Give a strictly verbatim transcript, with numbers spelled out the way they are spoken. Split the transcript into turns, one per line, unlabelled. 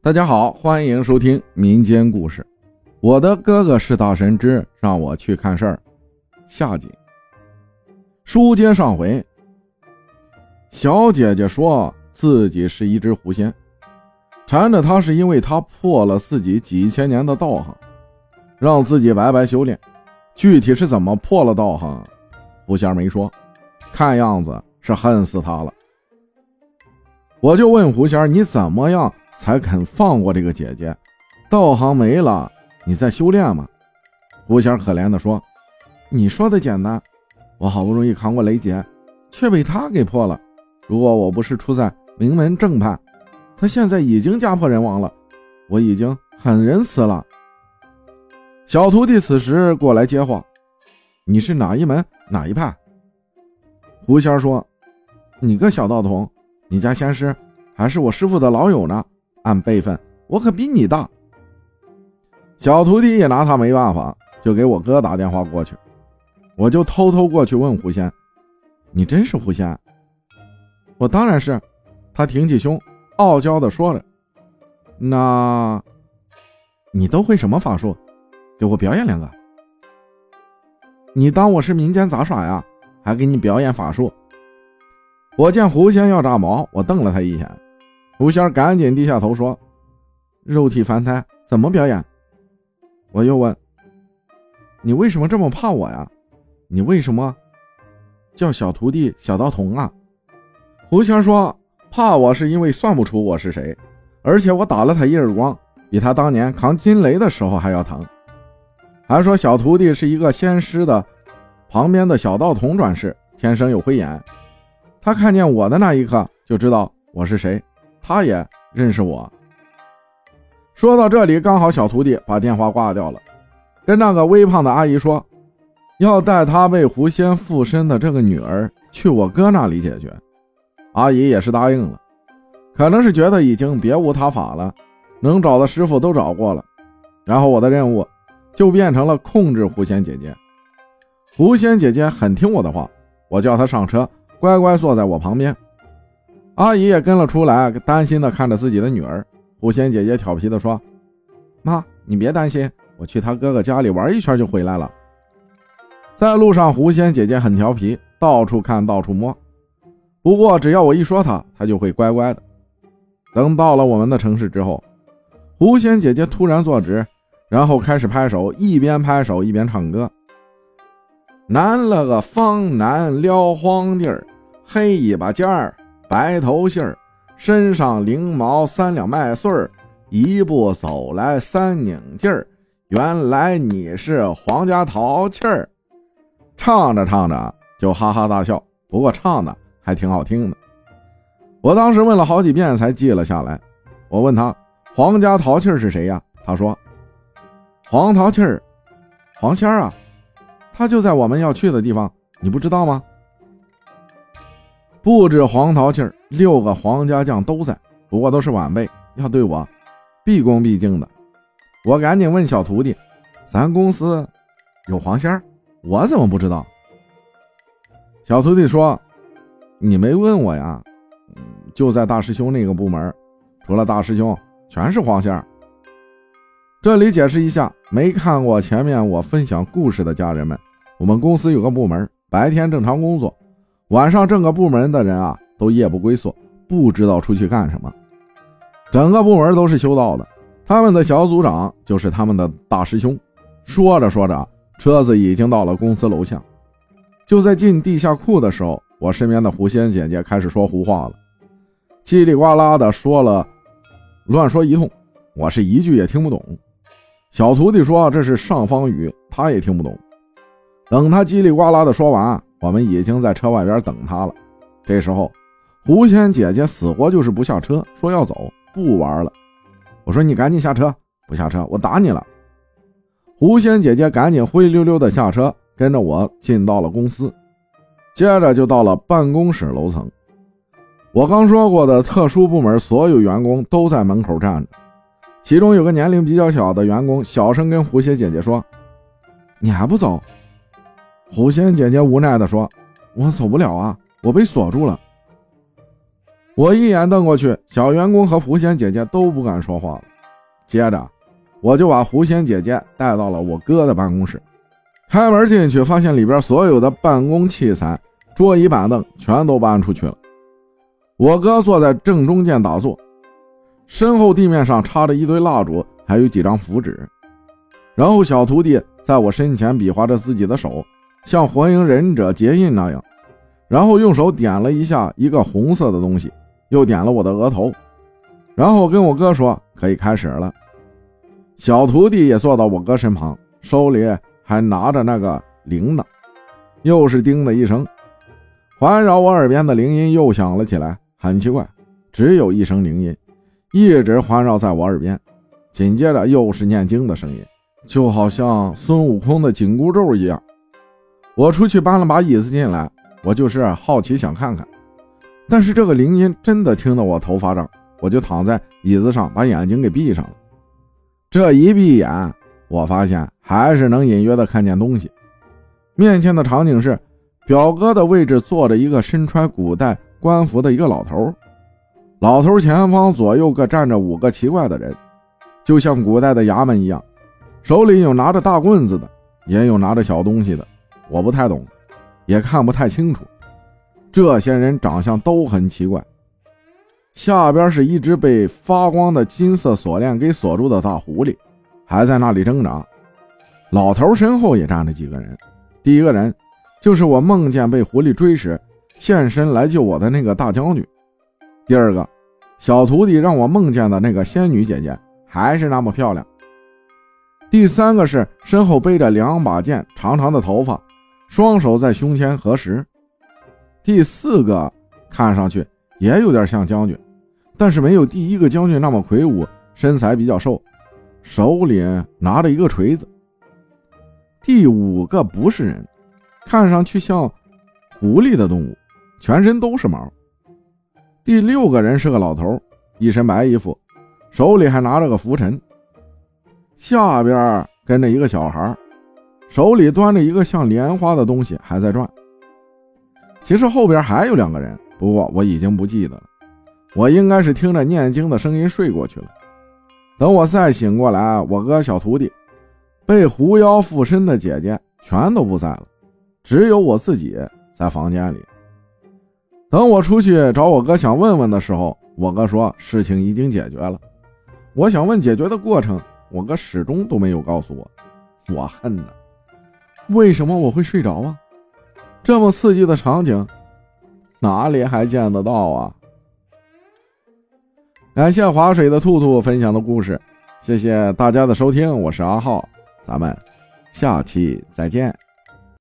大家好，欢迎收听民间故事。我的哥哥是大神之让我去看事儿。下集。书接上回，小姐姐说自己是一只狐仙，缠着她是因为她破了自己几千年的道行，让自己白白修炼。具体是怎么破了道行，狐仙没说，看样子是恨死她了。我就问狐仙，你怎么样才肯放过这个姐姐？道行没了，你在修炼吗？狐仙可怜地说，你说的简单，我好不容易扛过雷劫，却被她给破了。如果我不是出在名门正派，她现在已经家破人亡了，我已经很仁慈了。小徒弟此时过来接话，你是哪一门哪一派？狐仙说，你个小道童，你家仙师还是我师父的老友呢，按辈分我可比你大。小徒弟也拿他没办法，就给我哥打电话过去。我就偷偷过去问狐仙，你真是狐仙？我当然是。他挺起胸，傲娇地说着，那你都会什么法术？给我表演两个。你当我是民间杂耍呀，还给你表演法术？我见狐仙要炸毛，我瞪了他一眼。狐仙赶紧低下头说，肉体凡胎怎么表演？我又问，你为什么这么怕我呀？你为什么叫小徒弟小道童啊？狐仙说，怕我是因为算不出我是谁，而且我打了他一耳光，比他当年扛金雷的时候还要疼。还说小徒弟是一个仙师的旁边的小道童转世，天生有慧眼，他看见我的那一刻就知道我是谁，他也认识我。说到这里，刚好小徒弟把电话挂掉了，跟那个微胖的阿姨说，要带他被狐仙附身的这个女儿去我哥那里解决。阿姨也是答应了，可能是觉得已经别无他法了，能找的师傅都找过了，然后我的任务就变成了控制狐仙姐姐。狐仙姐姐很听我的话，我叫她上车，乖乖坐在我旁边。阿姨也跟了出来，担心地看着自己的女儿。狐仙姐姐调皮地说，妈，你别担心，我去她哥哥家里玩一圈就回来了。在路上，狐仙姐姐很调皮，到处看到处摸，不过只要我一说她，她就会乖乖的。等到了我们的城市之后，狐仙姐姐突然坐直，然后开始拍手，一边拍手一边唱歌。南了个方南撩荒地儿，黑尾巴尖儿白头信儿，身上翎毛三两麦穗儿，一步走来三拧劲儿，原来你是皇家淘气儿。唱着唱着就哈哈大笑，不过唱的还挺好听的。我当时问了好几遍才记了下来。我问他，皇家淘气儿是谁呀？他说，黄淘气儿，黄仙儿啊，他就在我们要去的地方，你不知道吗？不止黄淘气儿，六个黄家将都在，不过都是晚辈，要对我毕恭毕敬的。我赶紧问小徒弟，咱公司有黄仙儿，我怎么不知道？小徒弟说，你没问我呀，就在大师兄那个部门，除了大师兄全是黄仙儿。这里解释一下，没看过前面我分享故事的家人们，我们公司有个部门，白天正常工作，晚上整个部门的人啊都夜不归宿，不知道出去干什么。整个部门都是修道的，他们的小组长就是他们的大师兄。说着说着，车子已经到了公司楼下。就在进地下库的时候，我身边的狐仙姐姐开始说胡话了，叽里呱啦的说了乱说一通，我是一句也听不懂。小徒弟说这是上方语，他也听不懂。等他叽里呱啦的说完，我们已经在车外边等他了。这时候狐仙姐姐死活就是不下车，说要走，不玩了。我说你赶紧下车，不下车我打你了。狐仙姐姐赶紧灰溜溜的下车，跟着我进到了公司，接着就到了办公室楼层。我刚说过的特殊部门所有员工都在门口站着，其中有个年龄比较小的员工小声跟狐仙姐姐说，你还不走？狐仙姐姐无奈地说，我走不了啊，我被锁住了。 我一眼瞪过去，小员工和狐仙姐姐都不敢说话了。接着我就把狐仙姐姐带到了我哥的办公室，开门进去，发现里边所有的办公器材、桌椅板凳全都搬出去了。我哥坐在正中间打坐，身后地面上插着一堆蜡烛，还有几张符纸。然后小徒弟在我身前比划着自己的手，像火影忍者结印那样，然后用手点了一下一个红色的东西，又点了我的额头，然后跟我哥说可以开始了。小徒弟也坐到我哥身旁，手里还拿着那个铃铛，又是叮的一声，环绕我耳边的铃音又响了起来。很奇怪，只有一声铃音一直环绕在我耳边，紧接着又是念经的声音，就好像孙悟空的紧箍咒一样。我出去搬了把椅子进来，我就是好奇想看看，但是这个铃音真的听得我头发胀，我就躺在椅子上把眼睛给闭上了。这一闭眼，我发现还是能隐约的看见东西。面前的场景是表哥的位置坐着一个身穿古代官服的一个老头，老头前方左右各站着五个奇怪的人，就像古代的衙门一样，手里有拿着大棍子的，也有拿着小东西的，我不太懂，也看不太清楚。这些人长相都很奇怪。下边是一只被发光的金色锁链给锁住的大狐狸，还在那里挣扎。老头身后也站着几个人，第一个人就是我梦见被狐狸追时现身来救我的那个大将军。第二个，小徒弟让我梦见的那个仙女姐姐，还是那么漂亮。第三个是身后背着两把剑，长长的头发，双手在胸前合十。第四个看上去也有点像将军，但是没有第一个将军那么魁梧，身材比较瘦，手里拿着一个锤子。第五个不是人，看上去像狐狸的动物，全身都是毛。第六个人是个老头，一身白衣服，手里还拿着个拂尘。下边跟着一个小孩，手里端着一个像莲花的东西还在转。其实后边还有两个人，不过我已经不记得了，我应该是听着念经的声音睡过去了。等我再醒过来，我哥小徒弟被狐妖附身的姐姐全都不在了，只有我自己在房间里。等我出去找我哥想问问的时候，我哥说事情已经解决了。我想问解决的过程，我哥始终都没有告诉我。我恨呢，为什么我会睡着啊？这么刺激的场景哪里还见得到啊？感谢划水的兔兔分享的故事，谢谢大家的收听，我是阿浩，咱们下期再见。